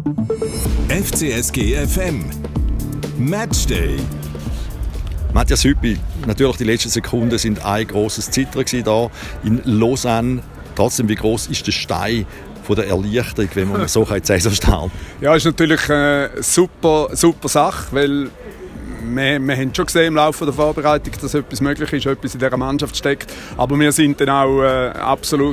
FCSG FM Matchday. Matthias Hüppi, natürlich die letzten Sekunden sind ein grosses Zittern hier in Lausanne. Trotzdem, wie gross ist der Stein von der Erleichterung, wenn man so die Saison starten? Ja, ist natürlich eine super Sache, weil wir haben schon gesehen im Laufe der Vorbereitung, dass etwas möglich ist, etwas in dieser Mannschaft steckt. Aber wir sind dann auch absolut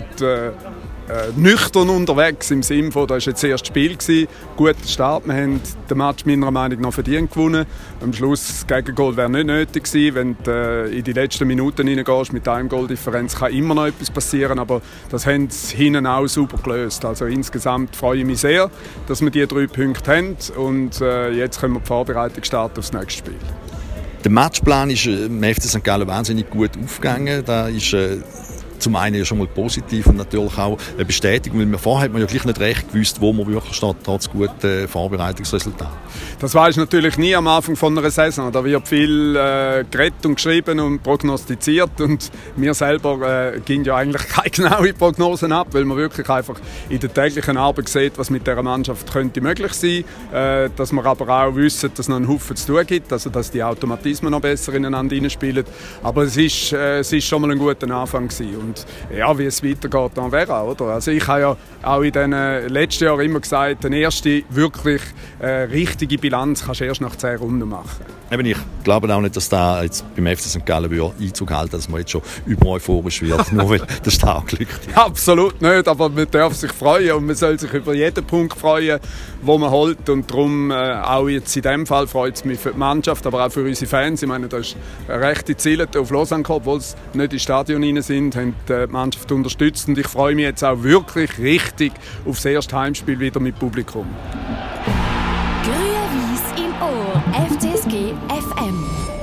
nüchtern unterwegs, im Sinne von, das war jetzt das erste Spiel gewesen, guter Start, wir haben den Match meiner Meinung nach verdient gewonnen. Am Schluss das Gegengol wäre nicht nötig gewesen, wenn du in die letzten Minuten reingehst mit einem Goldifferenz, kann immer noch etwas passieren, aber das haben sie hinten auch super gelöst. Also insgesamt freue ich mich sehr, dass wir diese 3 Punkte haben und jetzt können wir die Vorbereitung starten aufs nächste Spiel. Der Matchplan ist im FC St. Gallen wahnsinnig gut aufgegangen. Da ist zum einen schon mal positiv und natürlich auch eine Bestätigung, weil vorher hat man ja gleich nicht recht gewusst, wo man wirklich steht, trotz guten Vorbereitungsresultaten. Das weisst natürlich nie am Anfang von einer Saison. Da wird viel geredet und geschrieben und prognostiziert und mir selber gehen ja eigentlich keine genauen Prognosen ab, weil man wirklich einfach in der täglichen Arbeit sieht, was mit dieser Mannschaft könnte möglich sein, dass wir aber auch wissen, dass es noch einen Haufen zu tun gibt, also dass die Automatismen noch besser ineinander hineinspielen. Aber es ist schon mal ein guter Anfang gewesen. Und ja, wie es weitergeht, dann wäre auch, oder? Also ich habe ja auch in den letzten Jahren immer gesagt, eine erste wirklich richtige Bilanz kannst du erst nach 10 Runden machen. Eben, ich glaube auch nicht, dass da jetzt beim FC St. Gallen Einzug halten, dass man jetzt schon übereuphorisch wird, nur weil der Start glückt. Absolut nicht, aber man darf sich freuen und man soll sich über jeden Punkt freuen, den man holt. Und darum auch jetzt in diesem Fall freut es mich für die Mannschaft, aber auch für unsere Fans. Ich meine, da ist rechte Ziele auf Lausanne gekommen, obwohl sie nicht ins Stadion rein sind, haben die Mannschaft unterstützt. Und ich freue mich jetzt auch wirklich richtig auf das erste Heimspiel wieder mit Publikum. Grün-Weiß im Ohr, FCSG FM.